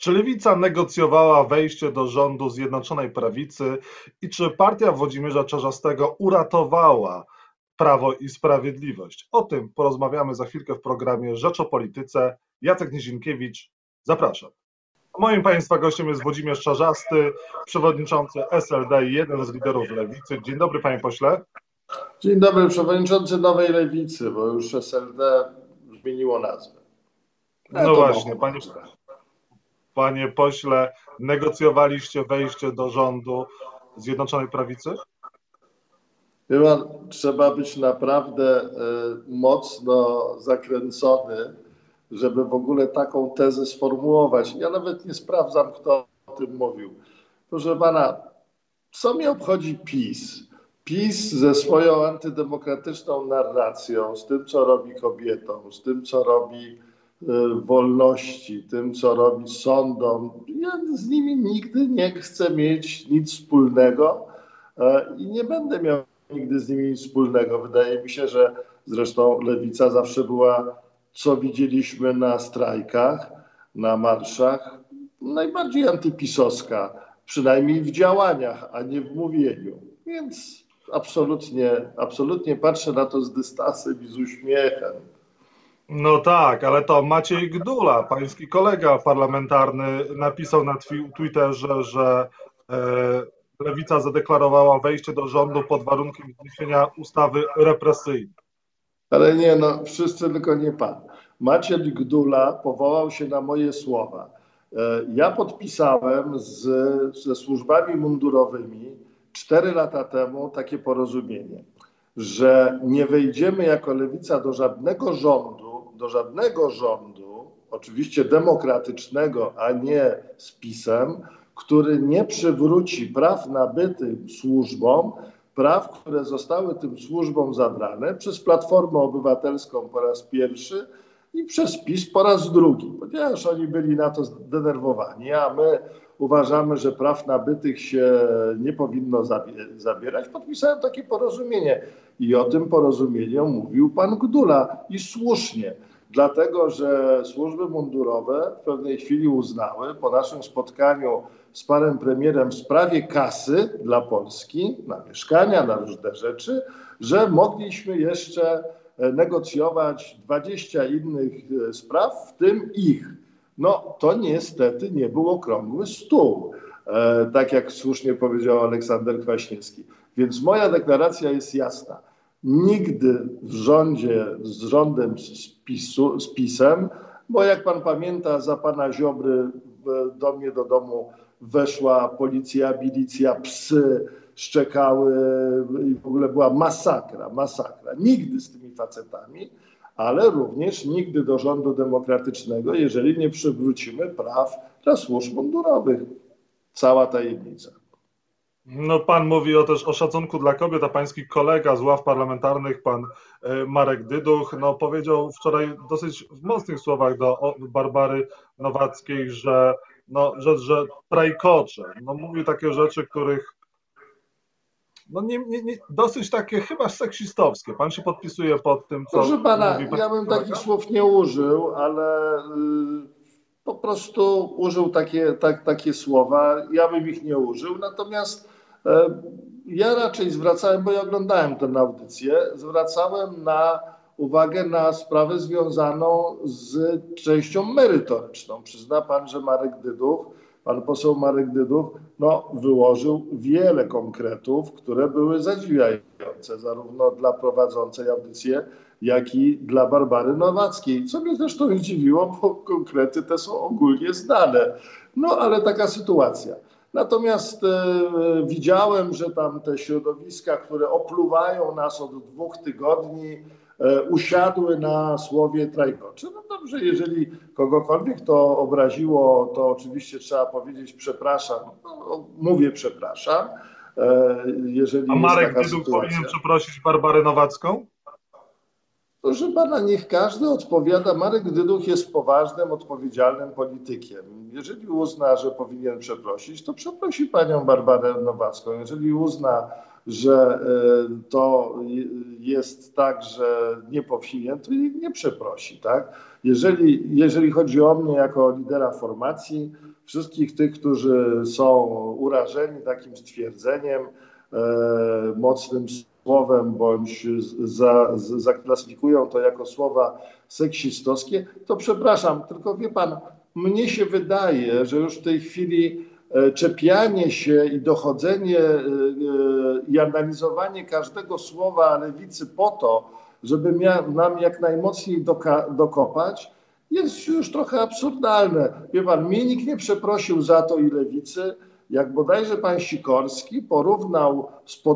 Czy Lewica negocjowała wejście do rządu Zjednoczonej Prawicy i czy partia Włodzimierza Czarzastego uratowała Prawo i Sprawiedliwość? O tym porozmawiamy za chwilkę w programie Rzecz o Polityce. Jacek Nizinkiewicz, zapraszam. Moim Państwa gościem jest Włodzimierz Czarzasty, przewodniczący SLD i jeden z liderów Lewicy. Dzień dobry, panie pośle. Dzień dobry, przewodniczący Nowej Lewicy, bo już SLD zmieniło nazwę. No właśnie, panie pośle, negocjowaliście wejście do rządu Zjednoczonej Prawicy? Chyba trzeba być naprawdę mocno zakręcony, żeby w ogóle taką tezę sformułować. Ja nawet nie sprawdzam, kto o tym mówił. Proszę pana, co mnie obchodzi PiS? PiS ze swoją antydemokratyczną narracją, z tym, co robi kobietom, z tym, co robi wolności, tym, co robi sądom. Ja z nimi nigdy nie chcę mieć nic wspólnego i nie będę miał nigdy z nimi nic wspólnego. Wydaje mi się, że zresztą Lewica zawsze była, co widzieliśmy na strajkach, na marszach, najbardziej antypisowska, przynajmniej w działaniach, a nie w mówieniu. Więc absolutnie patrzę na to z dystansem i z uśmiechem. No tak, ale to Maciej Gdula, pański kolega parlamentarny, napisał na Twitterze, że Lewica zadeklarowała wejście do rządu pod warunkiem zniesienia ustawy represyjnej. Ale nie, no wszyscy, tylko nie pan. Maciej Gdula powołał się na moje słowa. Ja podpisałem ze służbami mundurowymi 4 lata temu takie porozumienie, że nie wejdziemy jako Lewica do żadnego rządu, oczywiście demokratycznego, a nie z PiS-em, który nie przywróci praw nabytych służbom, praw, które zostały tym służbom zabrane przez Platformę Obywatelską po raz pierwszy i przez PiS po raz drugi, ponieważ oni byli na to zdenerwowani, a my uważamy, że praw nabytych się nie powinno zabierać. Podpisałem takie porozumienie i o tym porozumieniu mówił pan Gdula i słusznie, dlatego że służby mundurowe w pewnej chwili uznały po naszym spotkaniu z panem premierem w sprawie kasy dla Polski, na mieszkania, na różne rzeczy, że mogliśmy jeszcze negocjować 20 innych spraw, w tym ich. No to niestety nie był okrągły stół, tak jak słusznie powiedział Aleksander Kwaśniewski. Więc moja deklaracja jest jasna. Nigdy w rządzie z rządem z PiS-em, bo jak pan pamięta, za pana Ziobry do mnie do domu weszła policja, milicja, psy szczekały i w ogóle była masakra. Nigdy z tymi facetami, ale również nigdy do rządu demokratycznego, jeżeli nie przywrócimy praw dla służb mundurowych. Cała tajemnica. No pan mówi też o szacunku dla kobiet, a pański kolega z ław parlamentarnych, pan Marek Dyduch, no powiedział wczoraj dosyć w mocnych słowach do Barbary Nowackiej, że prajkocze. No mówił takie rzeczy, których dosyć takie chyba seksistowskie. Pan się podpisuje pod tym, co Proszę pana, mówi pan. Ja bym takich słów nie użył, ale po prostu użył takie słowa. Ja bym ich nie użył. Natomiast ja raczej zwracałem, bo ja oglądałem tę audycję, zwracałem uwagę na sprawę związaną z częścią merytoryczną. Przyzna pan, że pan poseł Marek Dyduch, wyłożył wiele konkretów, które były zadziwiające, zarówno dla prowadzącej audycję, jak i dla Barbary Nowackiej. Co mnie zresztą zdziwiło, bo konkrety te są ogólnie znane. No ale taka sytuacja. Natomiast widziałem, że tam te środowiska, które opluwają nas od 2 tygodni, usiadły na słowie trajkocze. No dobrze, jeżeli kogokolwiek to obraziło, to oczywiście trzeba powiedzieć przepraszam. No, mówię przepraszam. Jeżeli A Marek Dyduch powinien przeprosić Barbarę Nowacką? Proszę pana, niech każdy odpowiada. Marek Dyduch jest poważnym, odpowiedzialnym politykiem. Jeżeli uzna, że powinien przeprosić, to przeprosi panią Barbarę Nowacką. Jeżeli uzna, że to jest tak, że nie powinien, to jej nie przeprosi, tak? Jeżeli chodzi o mnie jako lidera formacji, wszystkich tych, którzy są urażeni takim stwierdzeniem, mocnym słowem, bądź zaklasyfikują to jako słowa seksistowskie, to przepraszam, tylko wie pan, mnie się wydaje, że już w tej chwili czepianie się i dochodzenie i analizowanie każdego słowa lewicy po to, żeby nam jak najmocniej dokopać, jest już trochę absurdalne. Wie pan, mnie nikt nie przeprosił za to i lewicy, jak bodajże pan Sikorski porównał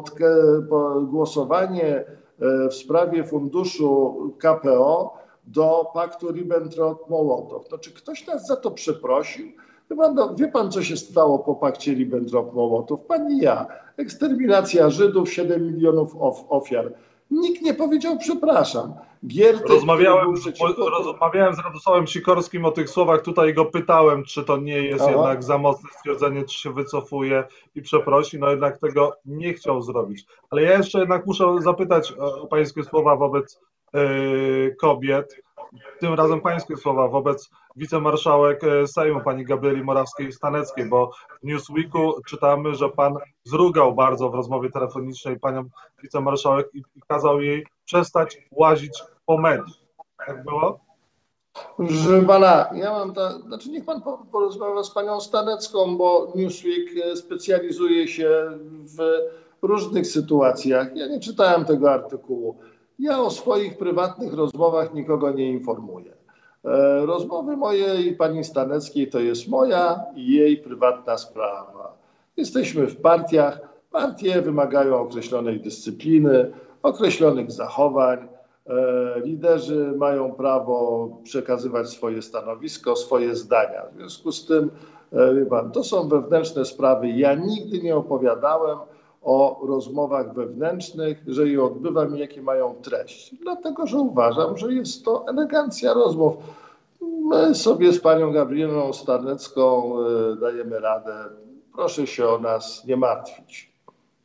głosowanie w sprawie funduszu KPO do paktu Ribbentrop-Mołotow. To czy ktoś nas za to przeprosił? Wie pan, co się stało po pakcie Ribbentrop-Mołotow? Pan i ja. Eksterminacja Żydów, 7 milionów ofiar. Nikt nie powiedział przepraszam. Giertych, Rozmawiałem z Radosławem Sikorskim o tych słowach, tutaj go pytałem, czy to nie jest jednak za mocne stwierdzenie, czy się wycofuje i przeprosi, no jednak tego nie chciał zrobić. Ale ja jeszcze jednak muszę zapytać o pańskie słowa wobec kobiet, tym razem pańskie słowa wobec wicemarszałek Sejmu, pani Gabrieli Morawskiej-Staneckiej, bo w Newsweeku czytamy, że pan zrugał bardzo w rozmowie telefonicznej panią wicemarszałek i kazał jej przestać łazić po mediach. Tak było? Proszę pana, niech pan porozmawia z panią Stanecką, bo Newsweek specjalizuje się w różnych sytuacjach. Ja nie czytałem tego artykułu. Ja o swoich prywatnych rozmowach nikogo nie informuję. Rozmowy mojej i pani Staneckiej to jest moja i jej prywatna sprawa. Jesteśmy w partiach. Partie wymagają określonej dyscypliny, określonych zachowań. Liderzy mają prawo przekazywać swoje stanowisko, swoje zdania. W związku z tym, wie pan, to są wewnętrzne sprawy. Ja nigdy nie opowiadałem o rozmowach wewnętrznych, że je odbywam i jakie mają treść. Dlatego, że uważam, że jest to elegancja rozmów. My sobie z panią Gabrielą Stanecką dajemy radę. Proszę się o nas nie martwić.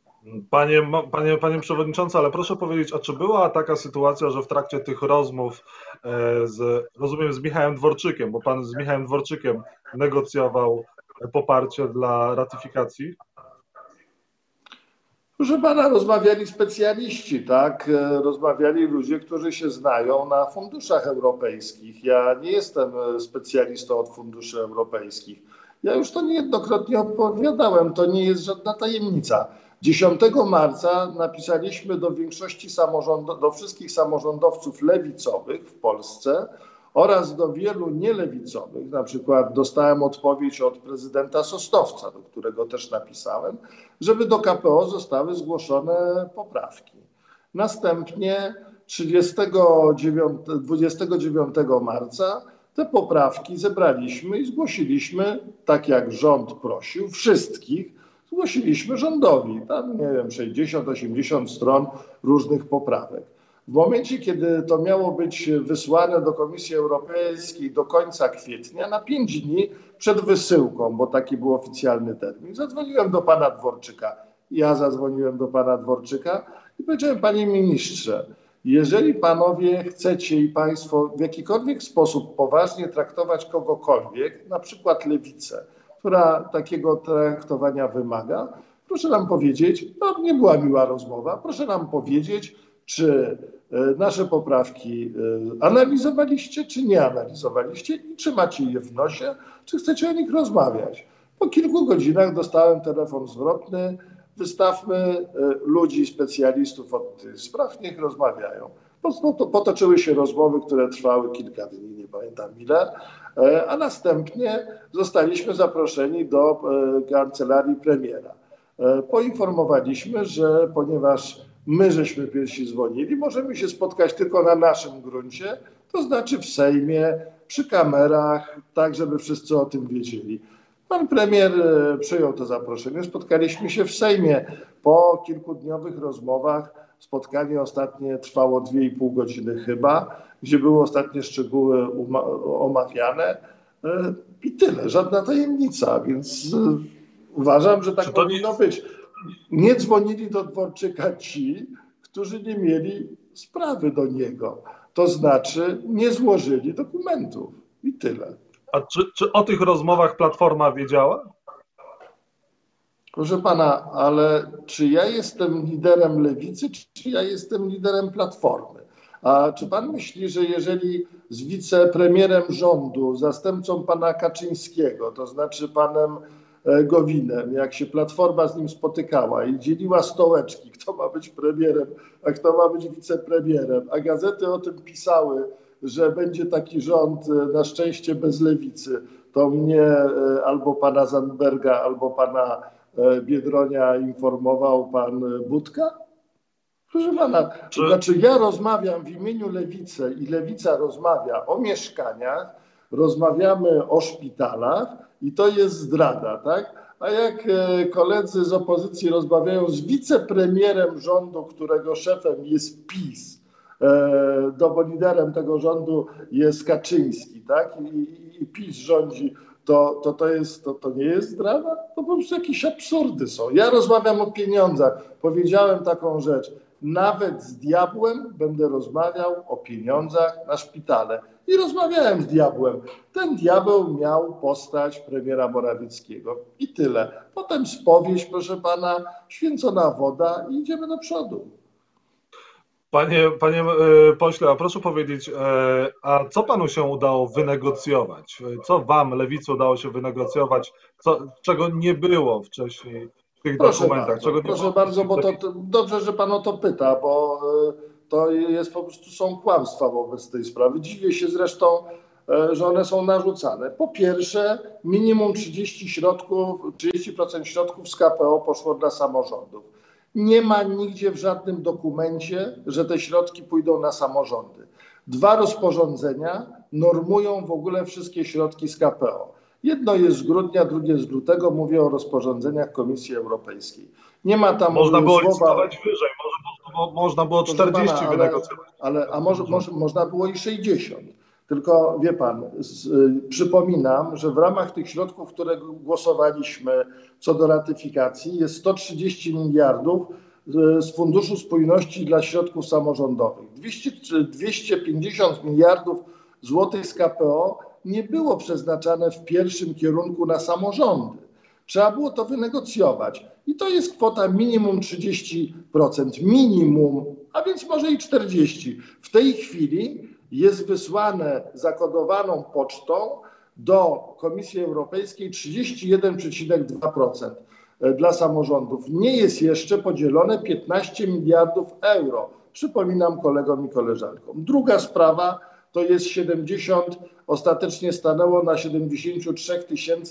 Panie przewodniczący, ale proszę powiedzieć, a czy była taka sytuacja, że w trakcie tych rozmów rozumiem, z Michałem Dworczykiem, bo pan z Michałem Dworczykiem negocjował poparcie dla ratyfikacji? Proszę pana, rozmawiali specjaliści, tak? Rozmawiali ludzie, którzy się znają na funduszach europejskich. Ja nie jestem specjalistą od funduszy europejskich. Ja już to niejednokrotnie opowiadałem, to nie jest żadna tajemnica. 10 marca napisaliśmy do większości do wszystkich samorządowców lewicowych w Polsce oraz do wielu nielewicowych. Na przykład dostałem odpowiedź od prezydenta Sosnowca, do którego też napisałem, żeby do KPO zostały zgłoszone poprawki. Następnie 29 marca te poprawki zebraliśmy i zgłosiliśmy, tak jak rząd prosił, wszystkich, zgłosiliśmy rządowi. Tam, nie wiem, 60-80 stron różnych poprawek. W momencie, kiedy to miało być wysłane do Komisji Europejskiej do końca kwietnia, na 5 dni przed wysyłką, bo taki był oficjalny termin, zadzwoniłem do pana Dworczyka. Ja zadzwoniłem do pana Dworczyka i powiedziałem: panie ministrze, jeżeli panowie chcecie i państwo w jakikolwiek sposób poważnie traktować kogokolwiek, na przykład lewicę, która takiego traktowania wymaga, proszę nam powiedzieć, no nie była miła rozmowa, proszę nam powiedzieć, czy nasze poprawki analizowaliście, czy nie analizowaliście i czy macie je w nosie, czy chcecie o nich rozmawiać. Po kilku godzinach dostałem telefon zwrotny: wystawmy ludzi, specjalistów od tych spraw, niech rozmawiają. Potoczyły się rozmowy, które trwały kilka dni, nie pamiętam ile, a następnie zostaliśmy zaproszeni do kancelarii premiera. Poinformowaliśmy, że ponieważ my żeśmy pierwsi dzwonili, możemy się spotkać tylko na naszym gruncie, to znaczy w Sejmie, przy kamerach, tak żeby wszyscy o tym wiedzieli. Pan premier przyjął to zaproszenie, spotkaliśmy się w Sejmie. Po kilkudniowych rozmowach spotkanie ostatnie trwało 2,5 godziny chyba, gdzie były ostatnie szczegóły omawiane i tyle, żadna tajemnica, więc uważam, że tak powinno być. Nie dzwonili do Dworczyka ci, którzy nie mieli sprawy do niego, to znaczy nie złożyli dokumentów i tyle. A czy o tych rozmowach Platforma wiedziała? Proszę pana, ale czy ja jestem liderem Lewicy, czy ja jestem liderem Platformy? A czy pan myśli, że jeżeli z wicepremierem rządu, zastępcą pana Kaczyńskiego, to znaczy panem Gowinem, jak się Platforma z nim spotykała i dzieliła stołeczki, kto ma być premierem, a kto ma być wicepremierem, a gazety o tym pisały, że będzie taki rząd na szczęście bez Lewicy, to mnie albo pana Zandberga, albo pana Biedronia informował pan Budka? Proszę pana, to znaczy ja rozmawiam w imieniu Lewicy i Lewica rozmawia o mieszkaniach, rozmawiamy o szpitalach i to jest zdrada, tak? A jak koledzy z opozycji rozmawiają z wicepremierem rządu, którego szefem jest PiS, bo liderem tego rządu jest Kaczyński, tak? I PiS rządzi, to nie jest zdrada? To po prostu jakieś absurdy są. Ja rozmawiam o pieniądzach. Powiedziałem taką rzecz. Nawet z diabłem będę rozmawiał o pieniądzach na szpitale. I rozmawiałem z diabłem. Ten diabeł miał postać premiera Morawieckiego. I tyle. Potem spowiedź, proszę pana, święcona woda i idziemy do przodu. Panie pośle, a proszę powiedzieć, a co panu się udało wynegocjować? Co wam, Lewicy, udało się wynegocjować, czego nie było wcześniej w tych dokumentach? Proszę bardzo, bo to dobrze, że pan o to pyta, bo to jest po prostu są kłamstwa wobec tej sprawy. Dziwię się zresztą, że one są narzucane. Po pierwsze, minimum 30% środków z KPO poszło dla samorządów. Nie ma nigdzie w żadnym dokumencie, że te środki pójdą na samorządy. 2 rozporządzenia normują w ogóle wszystkie środki z KPO. Jedno jest z grudnia, drugie z lutego. Mówię o rozporządzeniach Komisji Europejskiej. Nie ma tam można było licytować wyżej, można było 40 wynegocjować. A może można było i 60. Tylko wie pan, przypominam, że w ramach tych środków, które głosowaliśmy co do ratyfikacji, jest 130 miliardów z Funduszu Spójności dla środków samorządowych. 250 miliardów złotych z KPO nie było przeznaczane w pierwszym kierunku na samorządy. Trzeba było to wynegocjować. I to jest kwota minimum 30%. Minimum, a więc może i 40%. W tej chwili jest wysłane zakodowaną pocztą do Komisji Europejskiej 31,2% dla samorządów. Nie jest jeszcze podzielone 15 miliardów euro. Przypominam kolegom i koleżankom. Druga sprawa to jest 70, ostatecznie stanęło na 73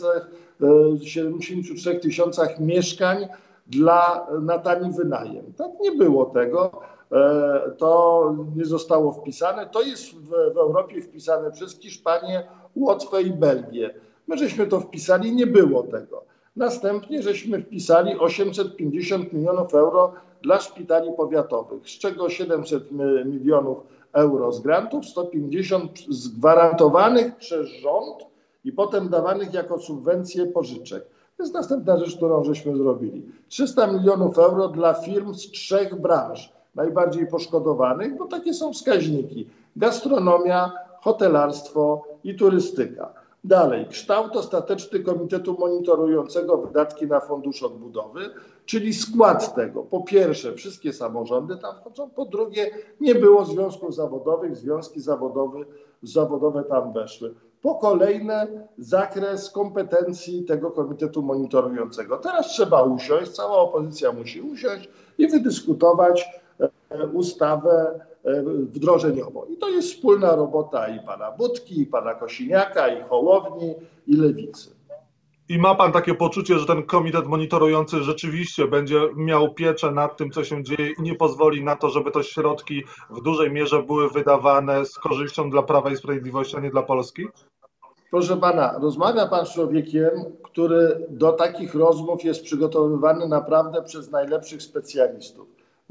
tysiącach mieszkań na tani wynajem. Tak, nie było tego. To nie zostało wpisane. To jest w Europie wpisane przez Hiszpanię, Łotwę i Belgię. My żeśmy to wpisali, nie było tego. Następnie żeśmy wpisali 850 milionów euro dla szpitali powiatowych, z czego 700 milionów euro z grantów, 150 zgwarantowanych przez rząd i potem dawanych jako subwencje pożyczek. To jest następna rzecz, którą żeśmy zrobili. 300 milionów euro dla firm z 3 branż najbardziej poszkodowanych, bo takie są wskaźniki: gastronomia, hotelarstwo i turystyka. Dalej, kształt ostateczny Komitetu Monitorującego wydatki na Fundusz Odbudowy, czyli skład tego. Po pierwsze, wszystkie samorządy tam wchodzą, po drugie, nie było związków zawodowych, związki zawodowe tam weszły. Po kolejne, zakres kompetencji tego Komitetu Monitorującego. Teraz trzeba usiąść, cała opozycja musi usiąść i wydyskutować ustawę wdrożeniową. I to jest wspólna robota i pana Budki, i pana Kosiniaka, i Hołowni, i Lewicy. I ma pan takie poczucie, że ten komitet monitorujący rzeczywiście będzie miał pieczę nad tym, co się dzieje i nie pozwoli na to, żeby te środki w dużej mierze były wydawane z korzyścią dla Prawa i Sprawiedliwości, a nie dla Polski? Proszę pana, rozmawia pan z człowiekiem, który do takich rozmów jest przygotowywany naprawdę przez najlepszych specjalistów.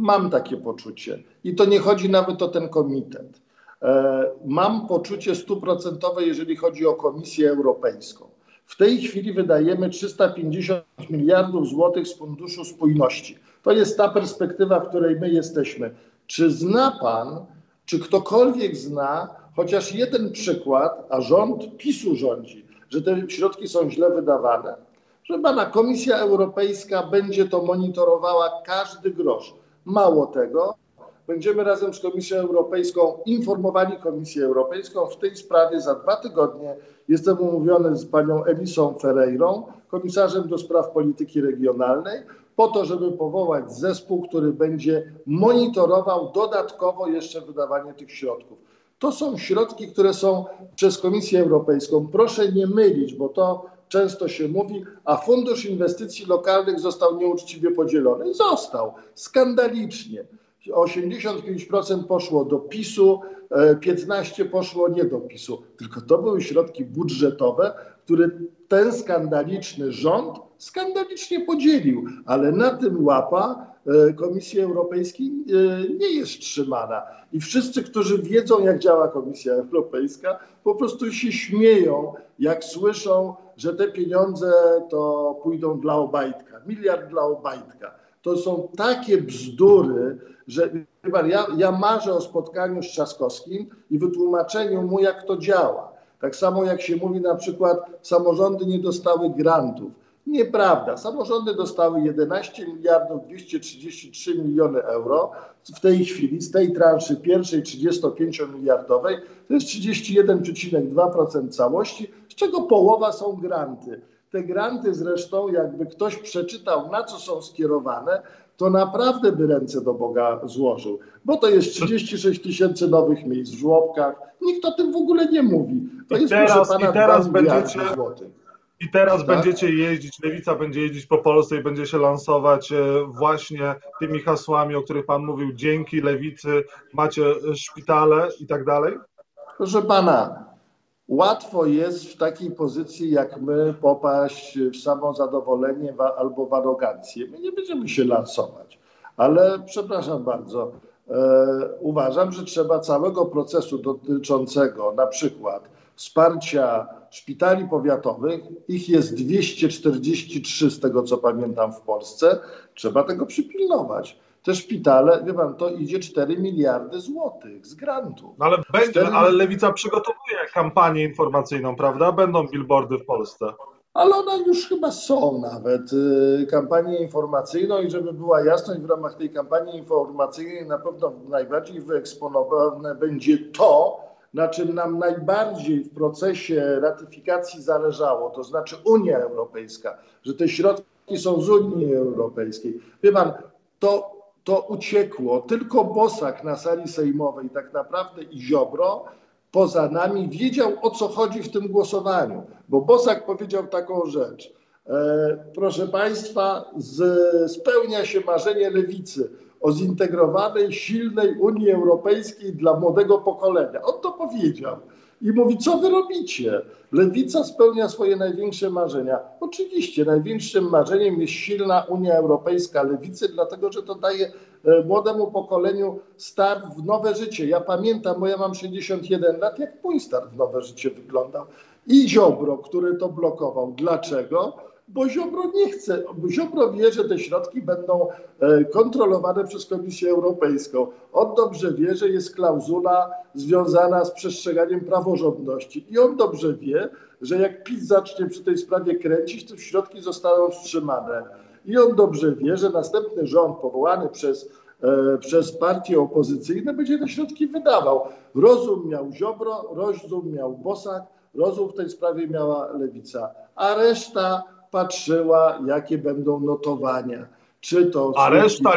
Mam takie poczucie. I to nie chodzi nawet o ten komitet. Mam poczucie 100%, jeżeli chodzi o Komisję Europejską. W tej chwili wydajemy 350 miliardów złotych z Funduszu Spójności. To jest ta perspektywa, w której my jesteśmy. Czy zna pan, czy ktokolwiek zna chociaż jeden przykład, a rząd PiS-u rządzi, że te środki są źle wydawane? Proszę pana, Komisja Europejska będzie to monitorowała każdy grosz. Mało tego, będziemy razem z Komisją Europejską informowali Komisję Europejską w tej sprawie za 2 tygodnie. Jestem umówiony z panią Elisą Ferreirą, komisarzem do spraw polityki regionalnej, po to, żeby powołać zespół, który będzie monitorował dodatkowo jeszcze wydawanie tych środków. To są środki, które są przez Komisję Europejską. Proszę nie mylić, bo to często się mówi, a Fundusz Inwestycji Lokalnych został nieuczciwie podzielony. Został, skandalicznie. 85% poszło do PiS-u, 15% poszło nie do PiS-u. Tylko to były środki budżetowe, które ten skandaliczny rząd skandalicznie podzielił, ale na tym łapa Komisji Europejskiej nie jest trzymana. I wszyscy, którzy wiedzą, jak działa Komisja Europejska, po prostu się śmieją, jak słyszą, że te pieniądze to pójdą dla Obajtka. 1 miliard dla Obajtka. To są takie bzdury, że ja marzę o spotkaniu z Trzaskowskim i wytłumaczeniu mu, jak to działa. Tak samo jak się mówi na przykład, samorządy nie dostały grantów. Nieprawda. Samorządy dostały 11 miliardów 233 miliony euro. W tej chwili z tej transzy pierwszej 35-miliardowej to jest 31,2% całości, z czego połowa są granty. Te granty zresztą, jakby ktoś przeczytał, na co są skierowane, to naprawdę by ręce do Boga złożył, bo to jest 36 tysięcy nowych miejsc w żłobkach. Nikt o tym w ogóle nie mówi. To jest, proszę pana, 2 miliardy złotych. I teraz będziecie jeździć, Lewica będzie jeździć po Polsce i będzie się lansować właśnie tymi hasłami, o których pan mówił, dzięki Lewicy macie szpitale i tak dalej? Proszę pana, łatwo jest w takiej pozycji jak my popaść w samozadowolenie albo w arogancję. My nie będziemy się lansować, ale przepraszam bardzo, uważam, że trzeba całego procesu dotyczącego na przykład wsparcia szpitali powiatowych, ich jest 243 z tego co pamiętam w Polsce, trzeba tego przypilnować. Te szpitale, wie pan, to idzie 4 miliardy złotych z grantów. No ale Lewica przygotowuje kampanię informacyjną, prawda? Będą billboardy w Polsce. Ale one już chyba są nawet, kampanię informacyjną i żeby była jasność, w ramach tej kampanii informacyjnej na pewno najbardziej wyeksponowane będzie to, na czym nam najbardziej w procesie ratyfikacji zależało, to znaczy Unia Europejska, że te środki są z Unii Europejskiej. Wie pan, to uciekło. Tylko Bosak na sali sejmowej tak naprawdę i Ziobro poza nami wiedział, o co chodzi w tym głosowaniu. Bo Bosak powiedział taką rzecz. Proszę państwa, spełnia się marzenie Lewicy o zintegrowanej, silnej Unii Europejskiej dla młodego pokolenia. On to powiedział. I mówi, co wy robicie? Lewica spełnia swoje największe marzenia. Oczywiście największym marzeniem jest silna Unia Europejska Lewicy, dlatego że to daje młodemu pokoleniu start w nowe życie. Ja pamiętam, bo ja mam 61 lat, jak mój start w nowe życie wyglądał. I Ziobro, który to blokował. Dlaczego? Bo Ziobro nie chce, bo Ziobro wie, że te środki będą kontrolowane przez Komisję Europejską. On dobrze wie, że jest klauzula związana z przestrzeganiem praworządności i on dobrze wie, że jak PiS zacznie przy tej sprawie kręcić, to środki zostaną wstrzymane. I on dobrze wie, że następny rząd powołany przez partie opozycyjne będzie te środki wydawał. Rozum miał Ziobro, rozum miał Bosak, rozum w tej sprawie miała Lewica, a reszta patrzyła, jakie będą notowania. Czy to reszta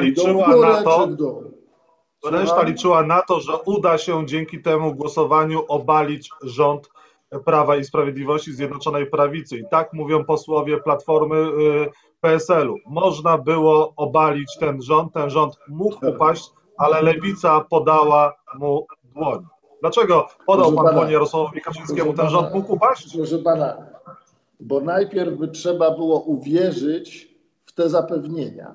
liczyła na to, że uda się dzięki temu głosowaniu obalić rząd Prawa i Sprawiedliwości Zjednoczonej Prawicy. I tak mówią posłowie Platformy PSL-u. Można było obalić ten rząd mógł upaść, ale Lewica podała mu dłoń. Dlaczego podał pan dłoń Jarosławowi Kaczyńskiemu? Ten rząd mógł upaść? Proszę pana, bo najpierw by trzeba było uwierzyć w te zapewnienia.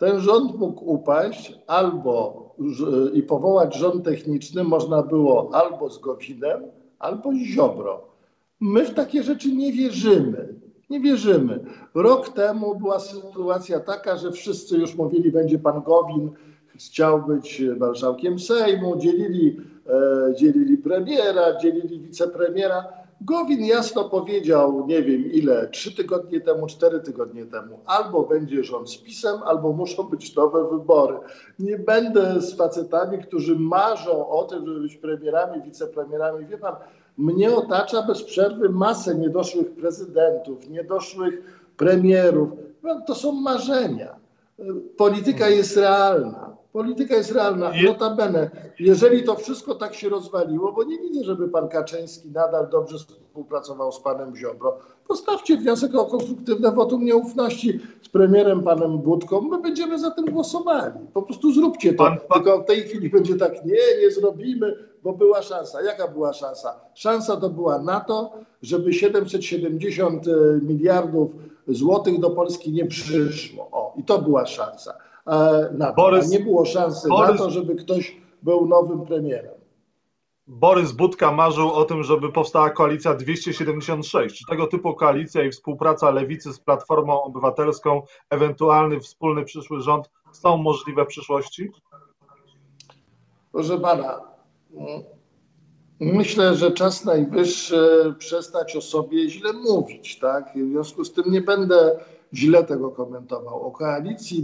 ten rząd mógł upaść i powołać rząd techniczny można było albo z Gowinem, albo z Ziobro. My w takie rzeczy nie wierzymy. Nie wierzymy. Rok temu była sytuacja taka, że wszyscy już mówili, będzie pan Gowin, chciał być marszałkiem Sejmu, dzielili premiera, dzielili wicepremiera. Gowin jasno powiedział, nie wiem ile, 3 tygodnie temu, 4 tygodnie temu, albo będzie rząd z PiS-em, albo muszą być nowe wybory. Nie będę z facetami, którzy marzą o tym, żeby być premierami, wicepremierami. Wie pan, mnie otacza bez przerwy masę niedoszłych prezydentów, niedoszłych premierów. To są marzenia. Polityka jest realna. Polityka jest realna. Notabene, jeżeli to wszystko tak się rozwaliło, bo nie widzę, żeby pan Kaczyński nadal dobrze współpracował z panem Ziobro, postawcie wniosek o konstruktywne wotum nieufności z premierem panem Budką. My będziemy za tym głosowali. Po prostu zróbcie to. Tylko w tej chwili będzie tak, nie zrobimy, bo była szansa. Jaka była szansa? Szansa to była na to, żeby 770 miliardów złotych do Polski nie przyszło. O, i to była szansa. A nie było szansy na to, żeby ktoś był nowym premierem. Borys Budka marzył o tym, żeby powstała koalicja 276. Czy tego typu koalicja i współpraca Lewicy z Platformą Obywatelską, ewentualny wspólny przyszły rząd są możliwe w przyszłości? Proszę pana, myślę, że czas najwyższy przestać o sobie źle mówić, tak? W związku z tym nie będę źle tego komentował. O koalicji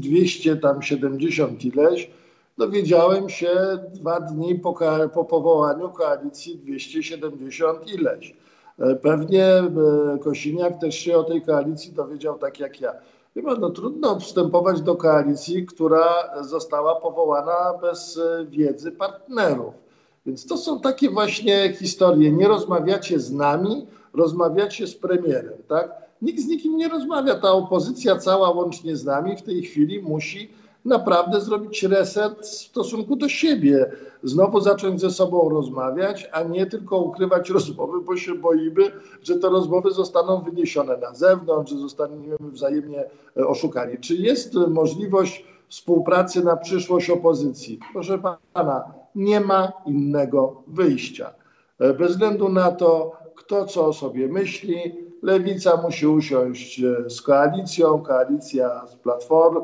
270 ileś dowiedziałem się 2 dni po powołaniu koalicji 270 ileś. Pewnie Kosiniak też się o tej koalicji dowiedział tak jak ja. Chyba trudno wstępować do koalicji, która została powołana bez wiedzy partnerów. Więc to są takie właśnie historie. Nie rozmawiacie z nami, rozmawiacie z premierem, tak? Nikt z nikim nie rozmawia. Ta opozycja cała łącznie z nami w tej chwili musi naprawdę zrobić reset w stosunku do siebie. Znowu zacząć ze sobą rozmawiać, a nie tylko ukrywać rozmowy, bo się boimy, że te rozmowy zostaną wyniesione na zewnątrz, że zostaniemy wzajemnie oszukani. Czy jest możliwość współpracy na przyszłość opozycji? Proszę pana, nie ma innego wyjścia. Bez względu na to, kto co o sobie myśli, Lewica musi usiąść z koalicją, koalicja z Platformą,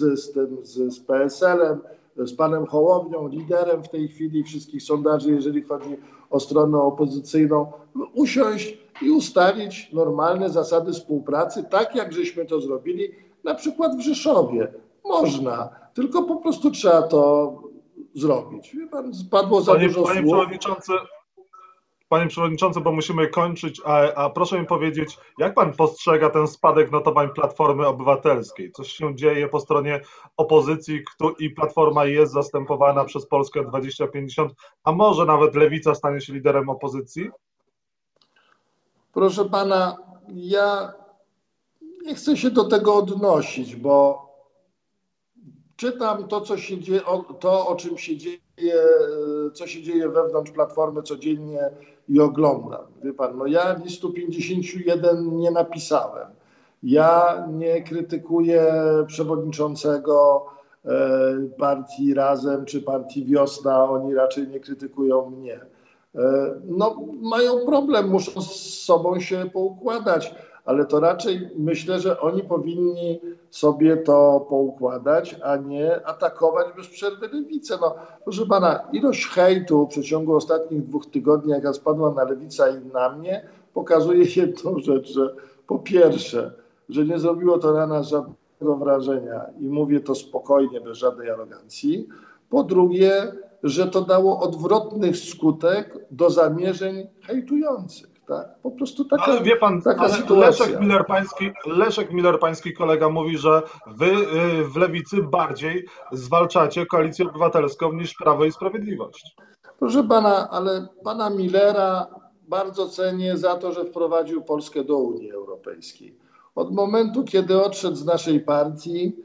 z PSL-em, z panem Hołownią, liderem w tej chwili wszystkich sondaży, jeżeli chodzi o stronę opozycyjną, usiąść i ustalić normalne zasady współpracy, tak jak żeśmy to zrobili na przykład w Rzeszowie. Można, tylko po prostu trzeba to zrobić. Wie pan, padło za dużo słów. Panie Przewodniczący, bo musimy kończyć, a proszę mi powiedzieć, jak pan postrzega ten spadek notowań Platformy Obywatelskiej? Coś się dzieje po stronie opozycji i Platforma jest zastępowana przez Polskę 2050, a może nawet Lewica stanie się liderem opozycji? Proszę pana, ja nie chcę się do tego odnosić, bo czytam to, co się dzieje, o czym się dzieje, co się dzieje wewnątrz Platformy codziennie i oglądam. Wie pan, no ja listu 51 nie napisałem. Ja nie krytykuję przewodniczącego partii Razem czy partii Wiosna. Oni raczej nie krytykują mnie. No, mają problem, muszą z sobą się poukładać, ale to raczej myślę, że oni powinni sobie to poukładać, a nie atakować bez przerwy Lewicę. No, proszę pana, ilość hejtu w przeciągu ostatnich 2 tygodni, jaka spadła na Lewicę i na mnie, pokazuje jedną rzecz, że po pierwsze, że nie zrobiło to na nas żadnego wrażenia i mówię to spokojnie, bez żadnej arogancji. Po drugie, że to dało odwrotny skutek do zamierzeń hejtujących. Tak? Po prostu taka, ale wie pan, taka sytuacja. Leszek Miller, pański kolega, mówi, że wy w Lewicy bardziej zwalczacie Koalicję Obywatelską niż Prawo i Sprawiedliwość. Proszę pana, ale pana Millera bardzo cenię za to, że wprowadził Polskę do Unii Europejskiej. Od momentu, kiedy odszedł z naszej partii,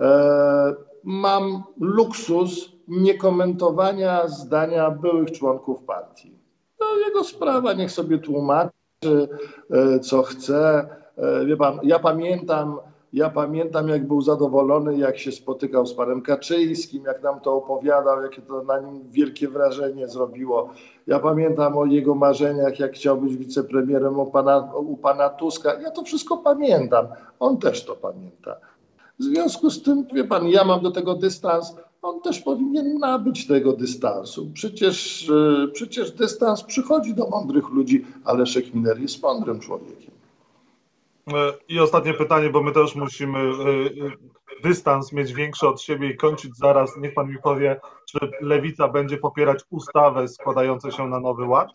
mam luksus niekomentowania zdania byłych członków partii. To jego sprawa, niech sobie tłumaczy, co chce. Wie pan, ja pamiętam, Ja pamiętam, jak był zadowolony, jak się spotykał z panem Kaczyńskim, jak nam to opowiadał, jakie to na nim wielkie wrażenie zrobiło. Ja pamiętam o jego marzeniach, jak chciał być wicepremierem u pana Tuska. Ja to wszystko pamiętam. On też to pamięta. W związku z tym, wie pan, ja mam do tego dystans. On też powinien nabyć tego dystansu. Przecież dystans przychodzi do mądrych ludzi, ale Leszek Miller jest mądrym człowiekiem. I ostatnie pytanie, bo my też musimy dystans mieć większy od siebie i kończyć zaraz. Niech pan mi powie, czy Lewica będzie popierać ustawę składającą się na Nowy Ład?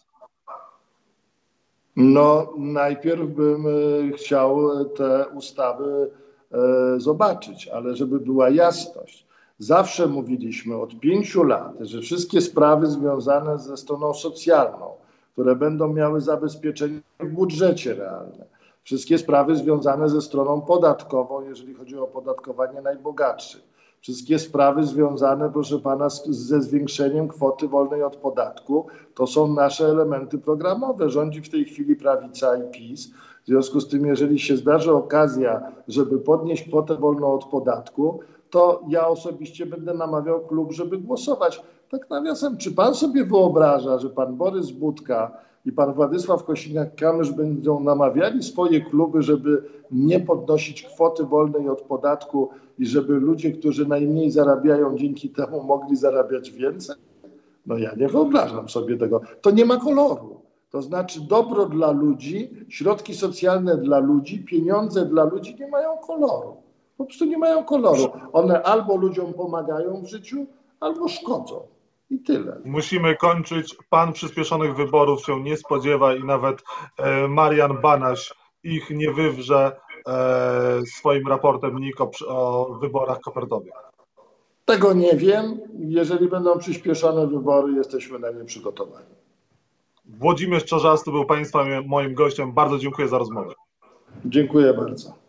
No, najpierw bym chciał te ustawy zobaczyć, ale żeby była jasność. Zawsze mówiliśmy od 5 lat, że wszystkie sprawy związane ze stroną socjalną, które będą miały zabezpieczenie w budżecie realne, wszystkie sprawy związane ze stroną podatkową, jeżeli chodzi o opodatkowanie najbogatszych, wszystkie sprawy związane, proszę pana, ze zwiększeniem kwoty wolnej od podatku, to są nasze elementy programowe. Rządzi w tej chwili prawica i PiS. W związku z tym, jeżeli się zdarzy okazja, żeby podnieść kwotę wolną od podatku, to ja osobiście będę namawiał klub, żeby głosować. Tak nawiasem, czy pan sobie wyobraża, że pan Borys Budka i pan Władysław Kosiniak-Kamysz będą namawiali swoje kluby, żeby nie podnosić kwoty wolnej od podatku i żeby ludzie, którzy najmniej zarabiają, dzięki temu mogli zarabiać więcej? No ja nie wyobrażam sobie tego. To nie ma koloru. To znaczy dobro dla ludzi, środki socjalne dla ludzi, pieniądze dla ludzi nie mają koloru. Po prostu nie mają koloru. One albo ludziom pomagają w życiu, albo szkodzą. I tyle. Musimy kończyć. Pan przyspieszonych wyborów się nie spodziewa i nawet Marian Banaś ich nie wywrze swoim raportem NIK o wyborach kopertowych. Tego nie wiem. Jeżeli będą przyspieszone wybory, jesteśmy na nie przygotowani. Włodzimierz Czarzasty był państwa moim gościem. Bardzo dziękuję za rozmowę. Dziękuję bardzo.